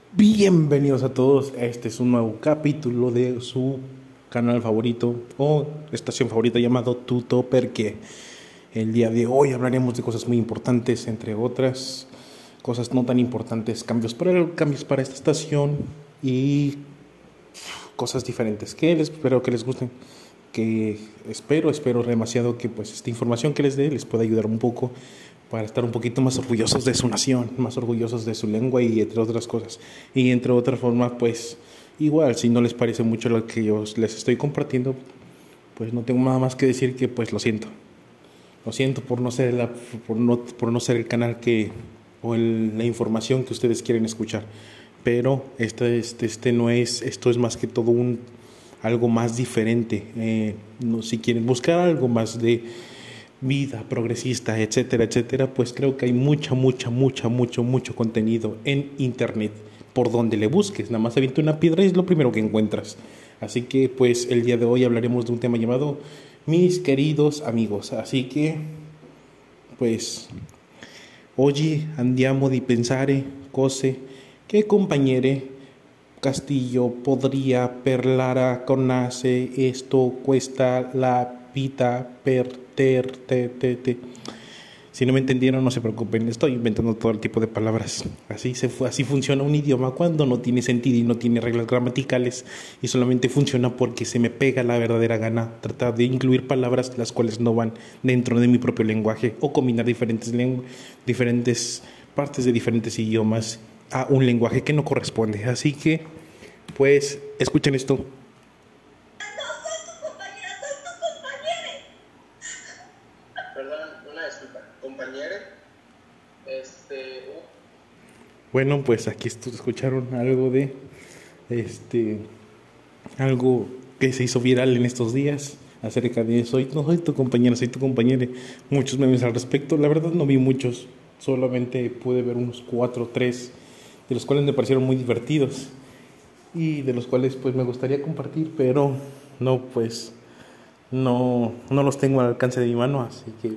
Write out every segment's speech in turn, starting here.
Bienvenidos a todos, este es un nuevo capítulo de su canal favorito o estación favorita llamado Tuto Perque. El día de hoy hablaremos de cosas muy importantes, entre otras cosas no tan importantes, cambios para esta estación y cosas diferentes que espero que les gusten, que espero demasiado que pues esta información que les dé les pueda ayudar un poco para estar un poquito más orgullosos de su nación, más orgullosos de su lengua y entre otras cosas. Y entre otras formas, pues igual, si no les parece mucho lo que yo les estoy compartiendo, pues no tengo nada más que decir que pues lo siento. Lo siento por no ser por no ser el canal que la información que ustedes quieren escuchar. Pero esto es más que todo algo más diferente. No, si quieren buscar algo más de vida progresista, etcétera, etcétera, pues creo que hay mucho contenido en internet por donde le busques. Nada más avienta una piedra y es lo primero que encuentras. Así que pues el día de hoy hablaremos de un tema llamado mis queridos amigos. Así que pues oggi andiamo di pensare cose che compañere Castillo podría parlare con nace esto cuesta la vida per te. Si no me entendieron, no se preocupen, estoy inventando todo el tipo de palabras. Así funciona un idioma cuando no tiene sentido y no tiene reglas gramaticales y solamente funciona porque se me pega la verdadera gana tratar de incluir palabras las cuales no van dentro de mi propio lenguaje o combinar diferentes partes de diferentes idiomas a un lenguaje que no corresponde. Así que, pues, escuchen esto. Perdón, una disculpa. Compañero, uh, Bueno, pues aquí escucharon este, algo que se hizo viral en estos días acerca de no soy tu compañera, soy tu compañera. Muchos memes al respecto. La verdad no vi muchos, solamente pude ver unos 4 o 3, de los cuales me parecieron muy divertidos y de los cuales pues me gustaría compartir, pero no, pues no los tengo al alcance de mi mano, así que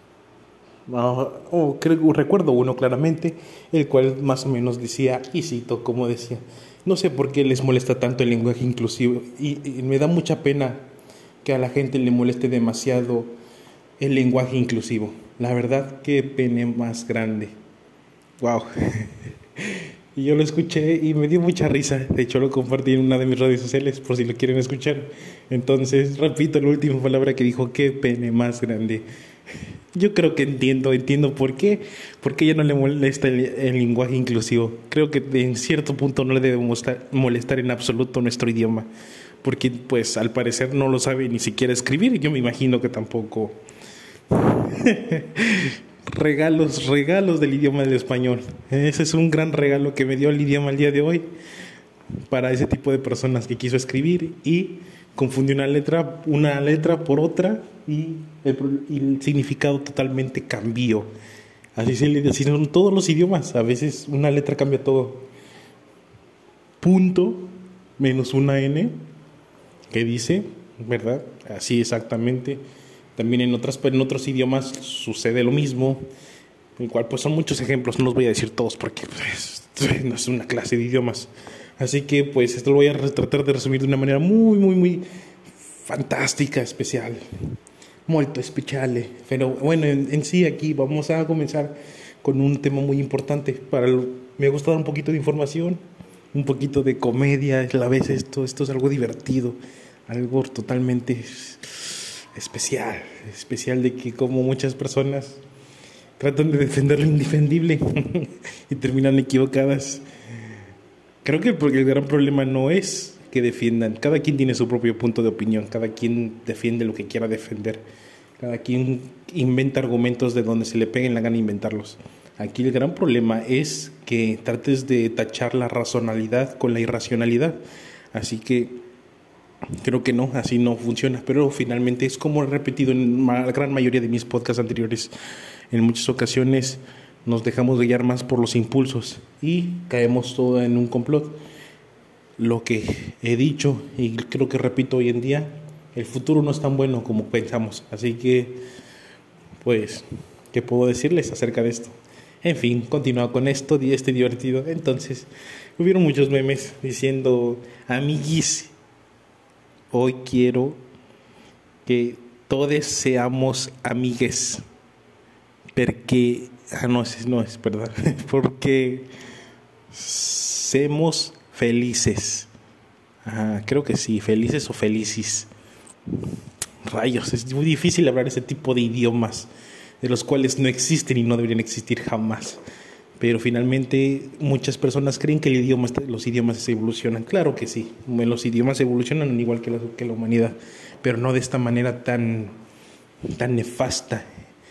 recuerdo uno claramente, el cual más o menos decía, y cito como decía, no sé por qué les molesta tanto el lenguaje inclusivo y me da mucha pena que a la gente le moleste demasiado el lenguaje inclusivo. La verdad, qué pena más grande. Wow. Y yo lo escuché y me dio mucha risa. De hecho, lo compartí en una de mis redes sociales por si lo quieren escuchar. Entonces, repito la última palabra que dijo, qué pene más grande. Yo creo que entiendo por qué ya no le molesta el lenguaje inclusivo. Creo que en cierto punto no le debe molestar en absoluto nuestro idioma. Porque, pues, al parecer no lo sabe ni siquiera escribir. Yo me imagino que tampoco. Regalos del idioma del español. Ese es un gran regalo que me dio el idioma el día de hoy para ese tipo de personas que quiso escribir y confundió una letra por otra y el significado totalmente cambió. Así son todos los idiomas. A veces una letra cambia todo. Punto menos una N que dice, ¿verdad? Así exactamente. También en otros idiomas sucede lo mismo, el cual pues son muchos ejemplos, no los voy a decir todos porque pues, no es una clase de idiomas. Así que pues esto lo voy a tratar de resumir de una manera muy fantástica, especial, molto speciale. Pero bueno, en sí aquí vamos a comenzar con un tema muy importante. Me gusta dar un poquito de información, un poquito de comedia, a la vez esto es algo divertido, algo totalmente especial de que como muchas personas tratan de defender lo indefendible y terminan equivocadas. Creo que el gran problema no es que defiendan, cada quien tiene su propio punto de opinión, cada quien defiende lo que quiera defender, cada quien inventa argumentos de donde se le pegue en la gana inventarlos. Aquí el gran problema es que trates de tachar la racionalidad con la irracionalidad. Así que creo que no, así no funciona, pero finalmente es como he repetido en la gran mayoría de mis podcasts anteriores. En muchas ocasiones nos dejamos guiar más por los impulsos y caemos todo en un complot. Lo que he dicho y creo que repito hoy en día, el futuro no es tan bueno como pensamos. Así que, pues, ¿qué puedo decirles acerca de esto? En fin, continuaba con esto y este divertido. Entonces, hubieron muchos memes diciendo, amiguis, hoy quiero que todos seamos amigues. Porque, no es verdad, porque seamos felices. Creo que sí, felices o felicis. Rayos, es muy difícil hablar ese tipo de idiomas, de los cuales no existen y no deberían existir jamás. Pero finalmente muchas personas creen que los idiomas se evolucionan. Claro que sí, los idiomas evolucionan igual que la humanidad, pero no de esta manera tan nefasta.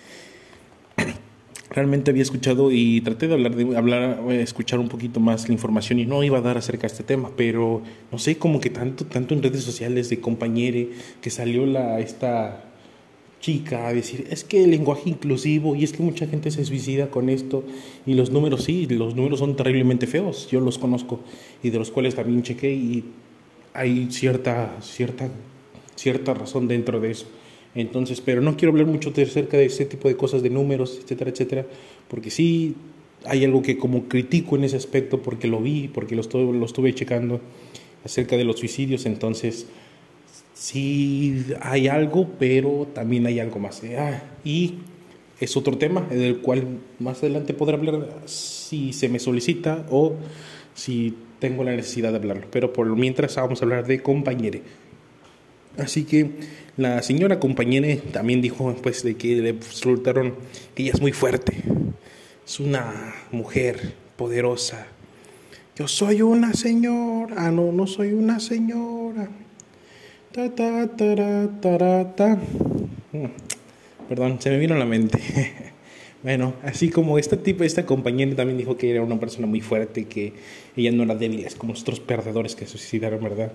Realmente había escuchado y traté de escuchar un poquito más la información y no iba a dar acerca de este tema, pero no sé, como que tanto en redes sociales de compañere que salió esta chica a decir, es que el lenguaje inclusivo y es que mucha gente se suicida con esto y los números son terriblemente feos, yo los conozco y de los cuales también chequé y hay cierta razón dentro de eso. Entonces, pero no quiero hablar mucho acerca de ese tipo de cosas, de números, etcétera, etcétera, porque sí hay algo que como critico en ese aspecto, porque lo vi, porque lo estuve checando acerca de los suicidios. Entonces sí hay algo, pero también hay algo más. Y es otro tema del cual más adelante podré hablar si se me solicita o si tengo la necesidad de hablarlo. Pero por mientras vamos a hablar de compañere. Así que la señora compañera también dijo pues de que le resultaron que ella es muy fuerte, es una mujer poderosa. Yo soy una señora, no soy una señora. Ta ta ta ta ta. Perdón, se me vino a la mente. Bueno, así como esta compañera también dijo que era una persona muy fuerte, que ella no era débil, es como otros perdedores que se suicidaron, ¿verdad?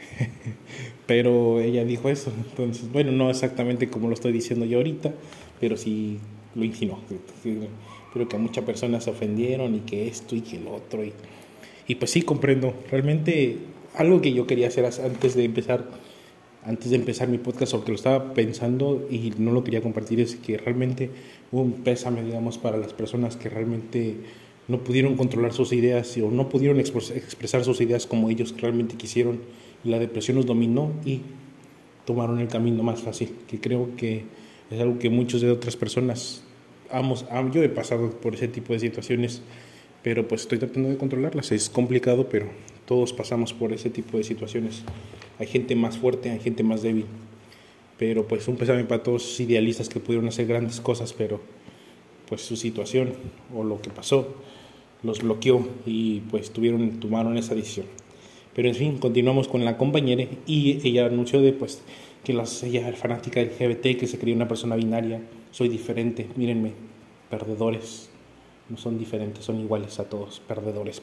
Pero ella dijo eso. Entonces, bueno, no exactamente como lo estoy diciendo yo ahorita, pero sí lo insinuó. Pero que a muchas personas se ofendieron y que esto y que lo otro. Y pues sí, comprendo. Realmente algo que yo quería hacer antes de empezar mi podcast, porque lo estaba pensando y no lo quería compartir, es que realmente hubo un pésame, digamos, para las personas que realmente no pudieron controlar sus ideas o no pudieron expresar sus ideas como ellos realmente quisieron. La depresión los dominó y tomaron el camino más fácil, que creo que es algo que muchas de otras personas yo he pasado por ese tipo de situaciones, pero pues estoy tratando de controlarlas. Es complicado, pero todos pasamos por ese tipo de situaciones. Hay gente más fuerte, hay gente más débil, pero pues un pésame para todos los idealistas que pudieron hacer grandes cosas, pero pues su situación o lo que pasó los bloqueó y pues tomaron esa decisión. Pero en fin, continuamos con la compañera y ella anunció que ella es fanática del LGBT, que se creía una persona binaria. Soy diferente, mírenme, perdedores, no son diferentes, son iguales a todos, perdedores.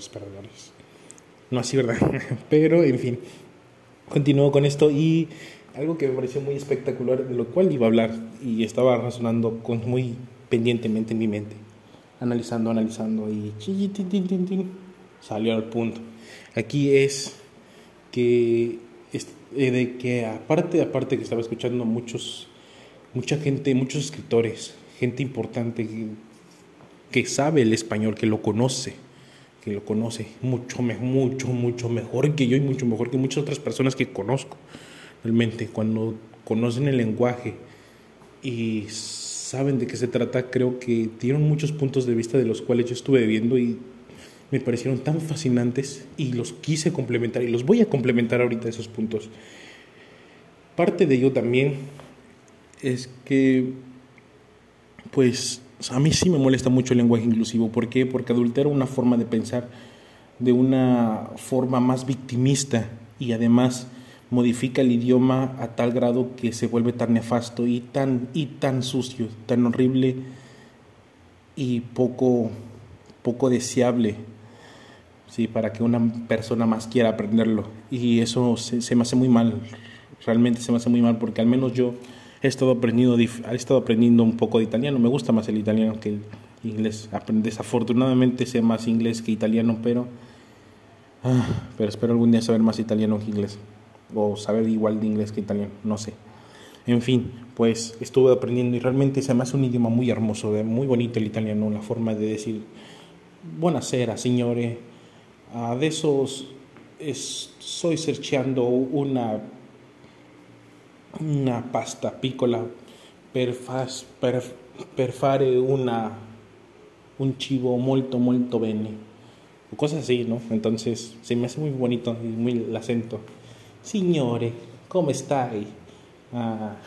No así, ¿verdad? Pero en fin, continuó con esto y algo que me pareció muy espectacular, de lo cual iba a hablar y estaba razonando muy pendientemente en mi mente, analizando y salió al punto. Aquí es que de que aparte que estaba escuchando mucha gente, muchos escritores, gente importante que sabe el español, que lo conoce mucho mejor que yo y mucho mejor que muchas otras personas que conozco. Realmente, cuando conocen el lenguaje y saben de qué se trata, creo que dieron muchos puntos de vista de los cuales yo estuve viendo y me parecieron tan fascinantes y los quise complementar y los voy a complementar ahorita esos puntos. Parte de ello también es que pues a mí sí me molesta mucho el lenguaje inclusivo. ¿Por qué? Porque adultera una forma de pensar de una forma más victimista y además modifica el idioma a tal grado que se vuelve tan nefasto y tan sucio, tan horrible y poco deseable, sí, para que una persona más quiera aprenderlo. Y eso se me hace muy mal, realmente se me hace muy mal, porque al menos yo he estado aprendiendo un poco de italiano. Me gusta más el italiano que el inglés. Desafortunadamente sé más inglés que italiano, pero espero algún día saber más italiano que inglés, o saber igual de inglés que italiano, no sé. En fin, pues estuve aprendiendo y realmente se me hace un idioma muy hermoso, muy bonito el italiano, la forma de decir buonasera, signore. Adesso sto cercando una pasta piccola per fare un cibo molto molto bene, o cosas así, ¿no? Entonces se me hace muy bonito y muy el acento. Signore, come stai? Ah,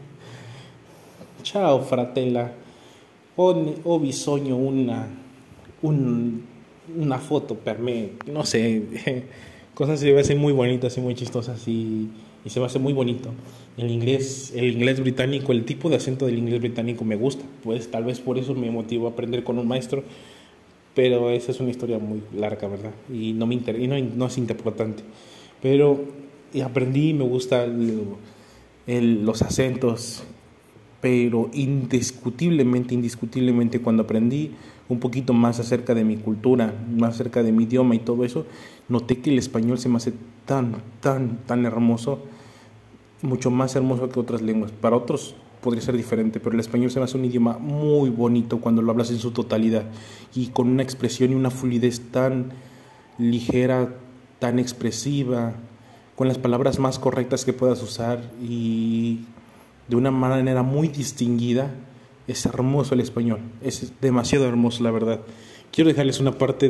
ciao fratella, ho bisogno un- una foto per me, no sé, cosas se me hacen muy bonitas y muy chistosas y se me hace muy bonito. El inglés británico, el tipo de acento del inglés británico me gusta, pues tal vez por eso me motivó a aprender con un maestro, pero esa es una historia muy larga, ¿verdad? Y no es importante. Pero aprendí y me gusta los acentos, pero indiscutiblemente cuando aprendí un poquito más acerca de mi cultura, más acerca de mi idioma y todo eso, noté que el español se me hace tan hermoso, mucho más hermoso que otras lenguas. Para otros podría ser diferente, pero el español se me hace un idioma muy bonito cuando lo hablas en su totalidad y con una expresión y una fluidez tan ligera, tan expresiva, con las palabras más correctas que puedas usar y de una manera muy distinguida. Es hermoso el español, es demasiado hermoso, la verdad. Quiero dejarles una parte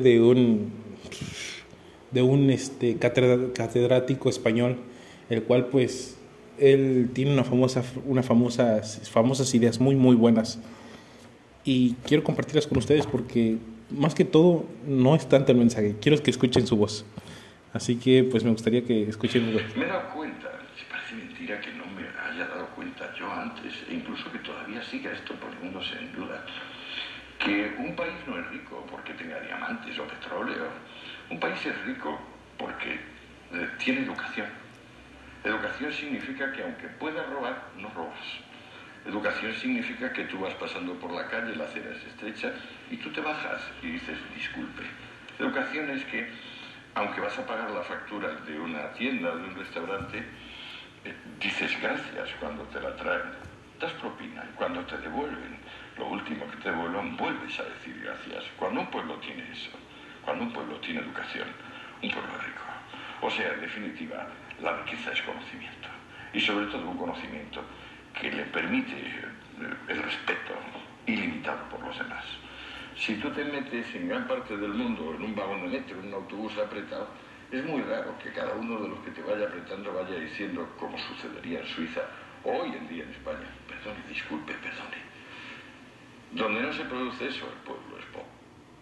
de un catedrático español, el cual pues él tiene famosas ideas muy buenas y quiero compartirlas con ustedes porque más que todo no es tanto el mensaje, quiero que escuchen su voz. Así que pues me gustaría que escuchen mi voz. Me he dado cuenta, si parece mentira que no me haya dado cuenta yo antes, e incluso que todavía siga esto poniéndose en duda, que un país no es rico porque tenga diamantes o petróleo. Un país es rico porque tiene educación. Educación significa que aunque puedas robar, no robas. Educación significa que tú vas pasando por la calle, la acera es estrecha, y tú te bajas y dices, disculpe. Educación es que, aunque vas a pagar la factura de una tienda, de un restaurante, dices gracias cuando te la traen, das propina, y cuando te devuelven, lo último que te devuelvan, vuelves a decir gracias. Cuando un pueblo tiene eso, cuando un pueblo tiene educación, un pueblo es rico. O sea, en definitiva, la riqueza es conocimiento, y sobre todo un conocimiento que le permite el respeto ilimitado por los demás. Si tú te metes en gran parte del mundo en un vagón de metro, en un autobús apretado, es muy raro que cada uno de los que te vaya apretando vaya diciendo, como sucedería en Suiza o hoy en día en España, perdone, disculpe, perdone. Donde no se produce eso, el pueblo es pobre.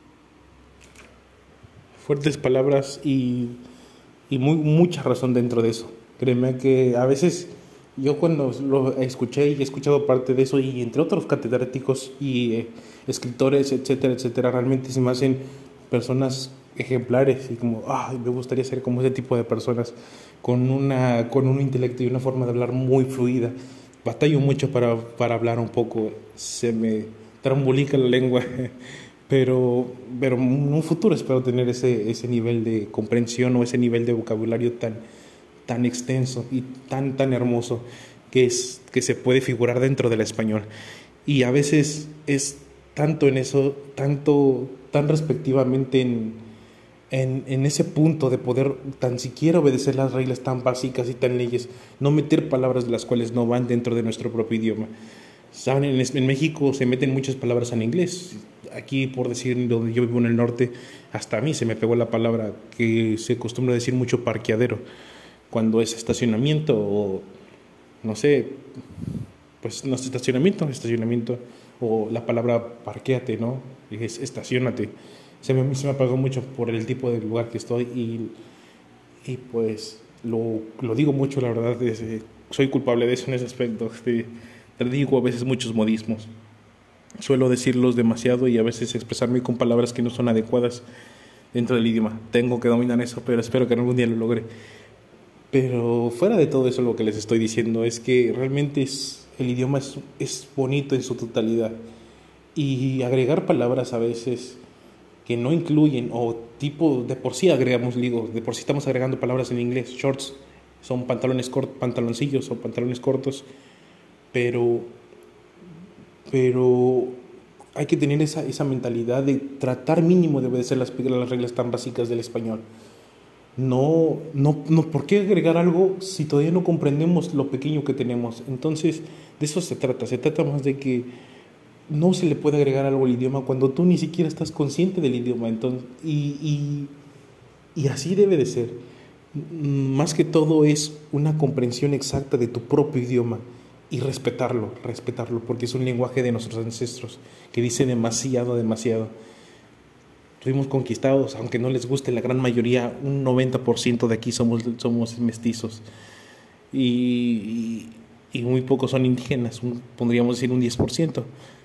Fuertes palabras y mucha razón dentro de eso. Créeme que a veces yo cuando lo escuché y he escuchado parte de eso y entre otros catedráticos y escritores, etcétera, realmente se me hacen personas ejemplares y como, me gustaría ser como ese tipo de personas con un intelecto y una forma de hablar muy fluida. Batallo mucho para hablar un poco, se me trambolica la lengua, pero en un futuro espero tener ese nivel de comprensión o ese nivel de vocabulario tan extenso y tan hermoso que se puede figurar dentro del español. Y a veces es tanto en eso, tan respectivamente en ese punto de poder tan siquiera obedecer las reglas tan básicas y tan leyes, no meter palabras de las cuales no van dentro de nuestro propio idioma. Saben, en México se meten muchas palabras en inglés. Aquí, por decir, donde yo vivo en el norte, hasta a mí se me pegó la palabra que se acostumbra a decir mucho parqueadero, cuando es estacionamiento o, no sé, pues no es estacionamiento, o la palabra parquéate, ¿no? Es estacionate. Se me apagó mucho por el tipo de lugar que estoy y pues lo digo mucho, la verdad, soy culpable de eso en ese aspecto. Te digo a veces muchos modismos. Suelo decirlos demasiado y a veces expresarme con palabras que no son adecuadas dentro del idioma. Tengo que dominar eso, pero espero que algún día lo logre. Pero fuera de todo eso, lo que les estoy diciendo es que realmente el idioma es bonito en su totalidad. Y agregar palabras a veces que no incluyen, o tipo, de por sí agregamos, digo, de por sí estamos agregando palabras en inglés. Shorts son pantaloncillos o pantalones cortos. pero hay que tener esa mentalidad de tratar mínimo de obedecer las reglas tan básicas del español. No, ¿por qué agregar algo si todavía no comprendemos lo pequeño que tenemos? Entonces, de eso se trata más de que no se le puede agregar algo al idioma cuando tú ni siquiera estás consciente del idioma. Entonces, y así debe de ser. Más que todo es una comprensión exacta de tu propio idioma y respetarlo, porque es un lenguaje de nuestros ancestros que dice demasiado. Fuimos conquistados, aunque no les guste, la gran mayoría, un 90% de aquí somos mestizos y muy pocos son indígenas, podríamos decir un 10%.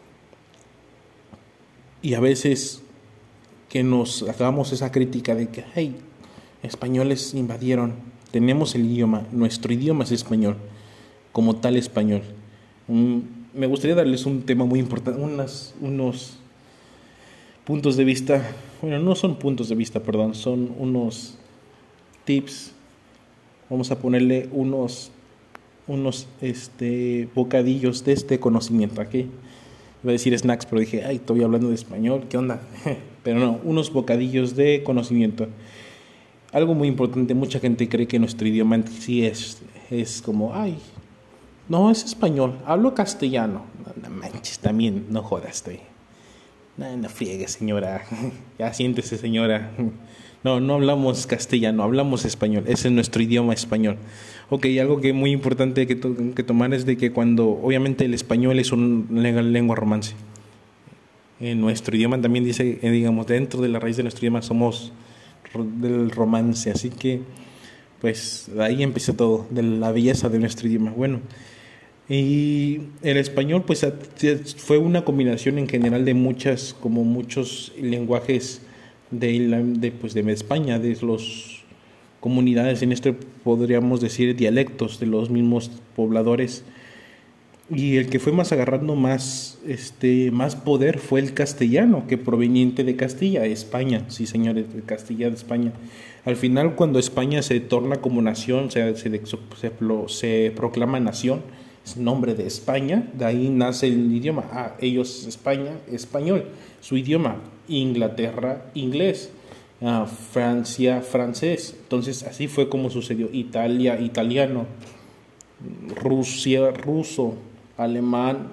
Y a veces que nos hagamos esa crítica de que hey, españoles invadieron, tenemos el idioma, nuestro idioma es español, como tal español. Me gustaría darles un tema muy importante, unos puntos de vista, bueno, no son puntos de vista, perdón, son unos tips, vamos a ponerle unos bocadillos de este conocimiento, ¿ok? Iba a decir snacks, pero dije, ay, estoy hablando de español, ¿qué onda? Pero no, unos bocadillos de conocimiento. Algo muy importante, mucha gente cree que nuestro idioma en sí es como, ay, no, es español, hablo castellano. No manches, también, no jodas, estoy. No friegue, señora. Ya siéntese, señora. No hablamos castellano, hablamos español. Ese es nuestro idioma español. Ok, algo que es muy importante que tomar es de que cuando, obviamente el español es una lengua romance. En nuestro idioma también dice, digamos, dentro de la raíz de nuestro idioma somos del romance. Así que, pues, ahí empieza todo, de la belleza de nuestro idioma. Bueno, y el español pues fue una combinación en general de muchos lenguajes de España, de las comunidades, en esto podríamos decir dialectos de los mismos pobladores, y el que fue más agarrando más poder fue el castellano, que proveniente de Castilla, España, sí señores, de Castilla, de España. Al final, cuando España se torna como nación, se proclama nación, es nombre de España, de ahí nace el idioma. Ellos España, español, su idioma. Inglaterra, inglés. Francia, francés. Entonces así fue como sucedió. Italia, italiano. Rusia, ruso. Alemania,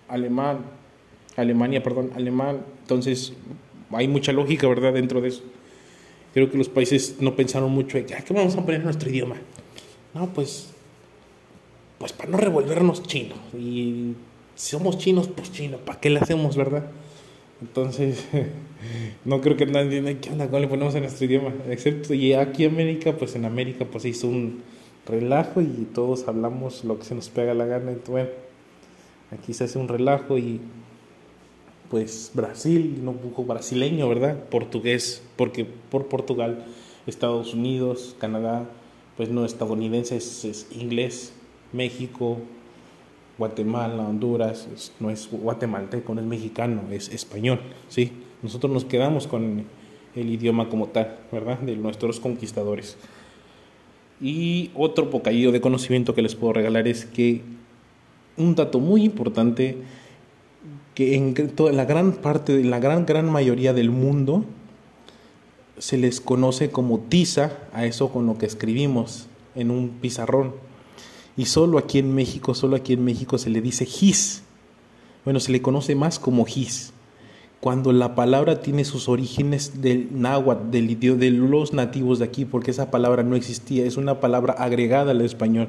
alemán. Entonces hay mucha lógica, ¿verdad?, dentro de eso. Creo que los países no pensaron mucho en ¿qué vamos a poner en nuestro idioma? No, pues para no revolvernos chino. Y si somos chinos, pues chino, ¿para qué le hacemos, verdad? Entonces, no creo que nadie diga, ¿qué onda? ¿Cómo le ponemos en nuestro idioma? Excepto, y aquí en América, pues en América pues se hizo un relajo y todos hablamos lo que se nos pega la gana. Entonces, bueno, aquí se hace un relajo y pues Brasil, no poco brasileño, ¿verdad? Portugués, porque por Portugal, Estados Unidos, Canadá, pues no estadounidense, es inglés. México, Guatemala, Honduras, no es guatemalteco, no es mexicano, es español, ¿sí? Nosotros nos quedamos con el idioma como tal, ¿verdad?, de nuestros conquistadores. Y otro bocadillo de conocimiento que les puedo regalar es que un dato muy importante, que en toda la gran parte, de la gran mayoría del mundo, se les conoce como tiza a eso con lo que escribimos en un pizarrón. Y solo aquí en México se le dice gis. Bueno, se le conoce más como gis. Cuando la palabra tiene sus orígenes del náhuatl, del idioma de los nativos de aquí, porque esa palabra no existía, es una palabra agregada al español.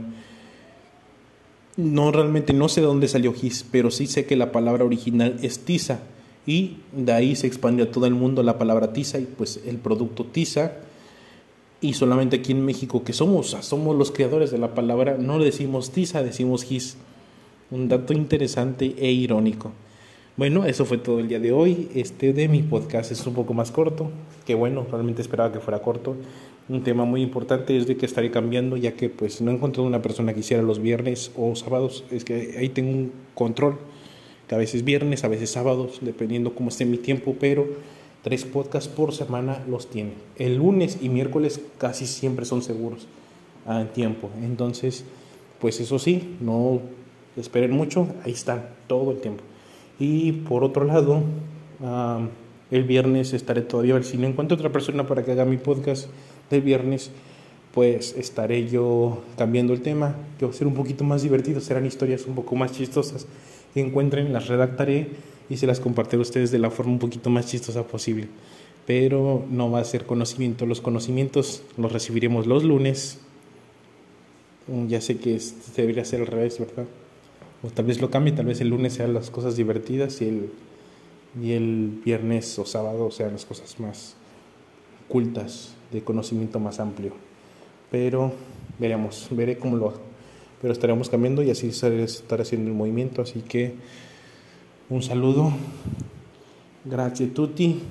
Realmente no sé de dónde salió gis, pero sí sé que la palabra original es tiza. Y de ahí se expandió a todo el mundo la palabra tiza y pues el producto tiza. Y solamente aquí en México, que somos los creadores de la palabra, no le decimos tiza, decimos gis. Un dato interesante e irónico. Bueno, eso fue todo el día de hoy. De mi podcast es un poco más corto, que bueno, realmente esperaba que fuera corto. Un tema muy importante es de que estaré cambiando, ya que pues no he encontrado una persona que hiciera los viernes o sábados. Es que ahí tengo un control, que a veces viernes, a veces sábados, dependiendo cómo esté mi tiempo, pero 3 podcasts por semana los tiene. El lunes y miércoles casi siempre son seguros en tiempo. Entonces, pues eso sí, no esperen mucho, ahí están todo el tiempo. Y por otro lado, el viernes estaré todavía, a ver si no encuentro otra persona para que haga mi podcast del viernes, pues estaré yo cambiando el tema, que va a ser un poquito más divertido, serán historias un poco más chistosas que encuentren, las redactaré y se las compartiré a ustedes de la forma un poquito más chistosa posible. Pero no va a ser conocimiento, los conocimientos los recibiremos los lunes. Ya sé que debería ser al revés, ¿verdad? O tal vez lo cambie, tal vez el lunes sean las cosas divertidas y el viernes o sábado sean las cosas más cultas, de conocimiento más amplio. Pero veré cómo lo hago. Pero estaremos cambiando y así estaré haciendo el movimiento. Así que un saludo. Grazie tutti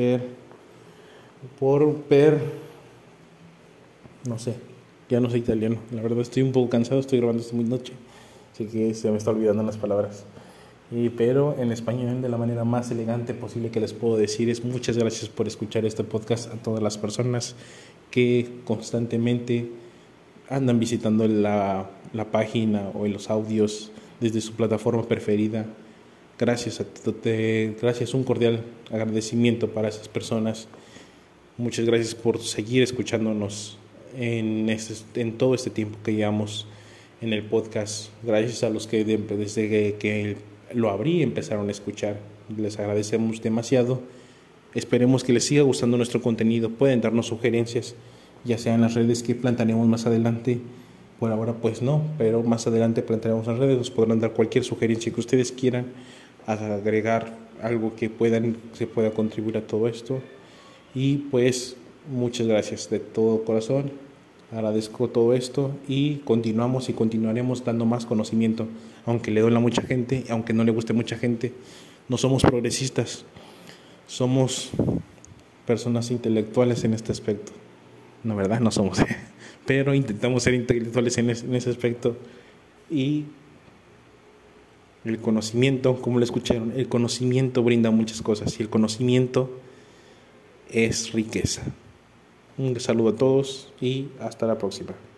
no sé, ya no soy italiano. La verdad estoy un poco cansado, estoy grabando esto muy noche. Así que se me está olvidando las palabras. Pero en español, de la manera más elegante posible que les puedo decir, es muchas gracias por escuchar este podcast a todas las personas que constantemente andan visitando la página o los audios desde su plataforma preferida. Gracias, un cordial agradecimiento para esas personas. Muchas gracias por seguir escuchándonos en todo este tiempo que llevamos en el podcast. Gracias a los que desde que lo abrí empezaron a escuchar. Les agradecemos demasiado. Esperemos que les siga gustando nuestro contenido. Pueden darnos sugerencias, ya sea en las redes que plantaremos más adelante. Por ahora pues no, pero más adelante plantaremos las redes. Nos podrán dar cualquier sugerencia que ustedes quieran, agregar algo que se pueda contribuir a todo esto. Y pues muchas gracias de todo corazón. Agradezco todo esto y continuamos y continuaremos dando más conocimiento, aunque le duela a mucha gente, aunque no le guste a mucha gente. No somos progresistas, somos personas intelectuales en este aspecto. No, ¿verdad? No somos, pero intentamos ser intelectuales en ese aspecto. Y el conocimiento, como lo escucharon, el conocimiento brinda muchas cosas y el conocimiento es riqueza. Un saludo a todos y hasta la próxima.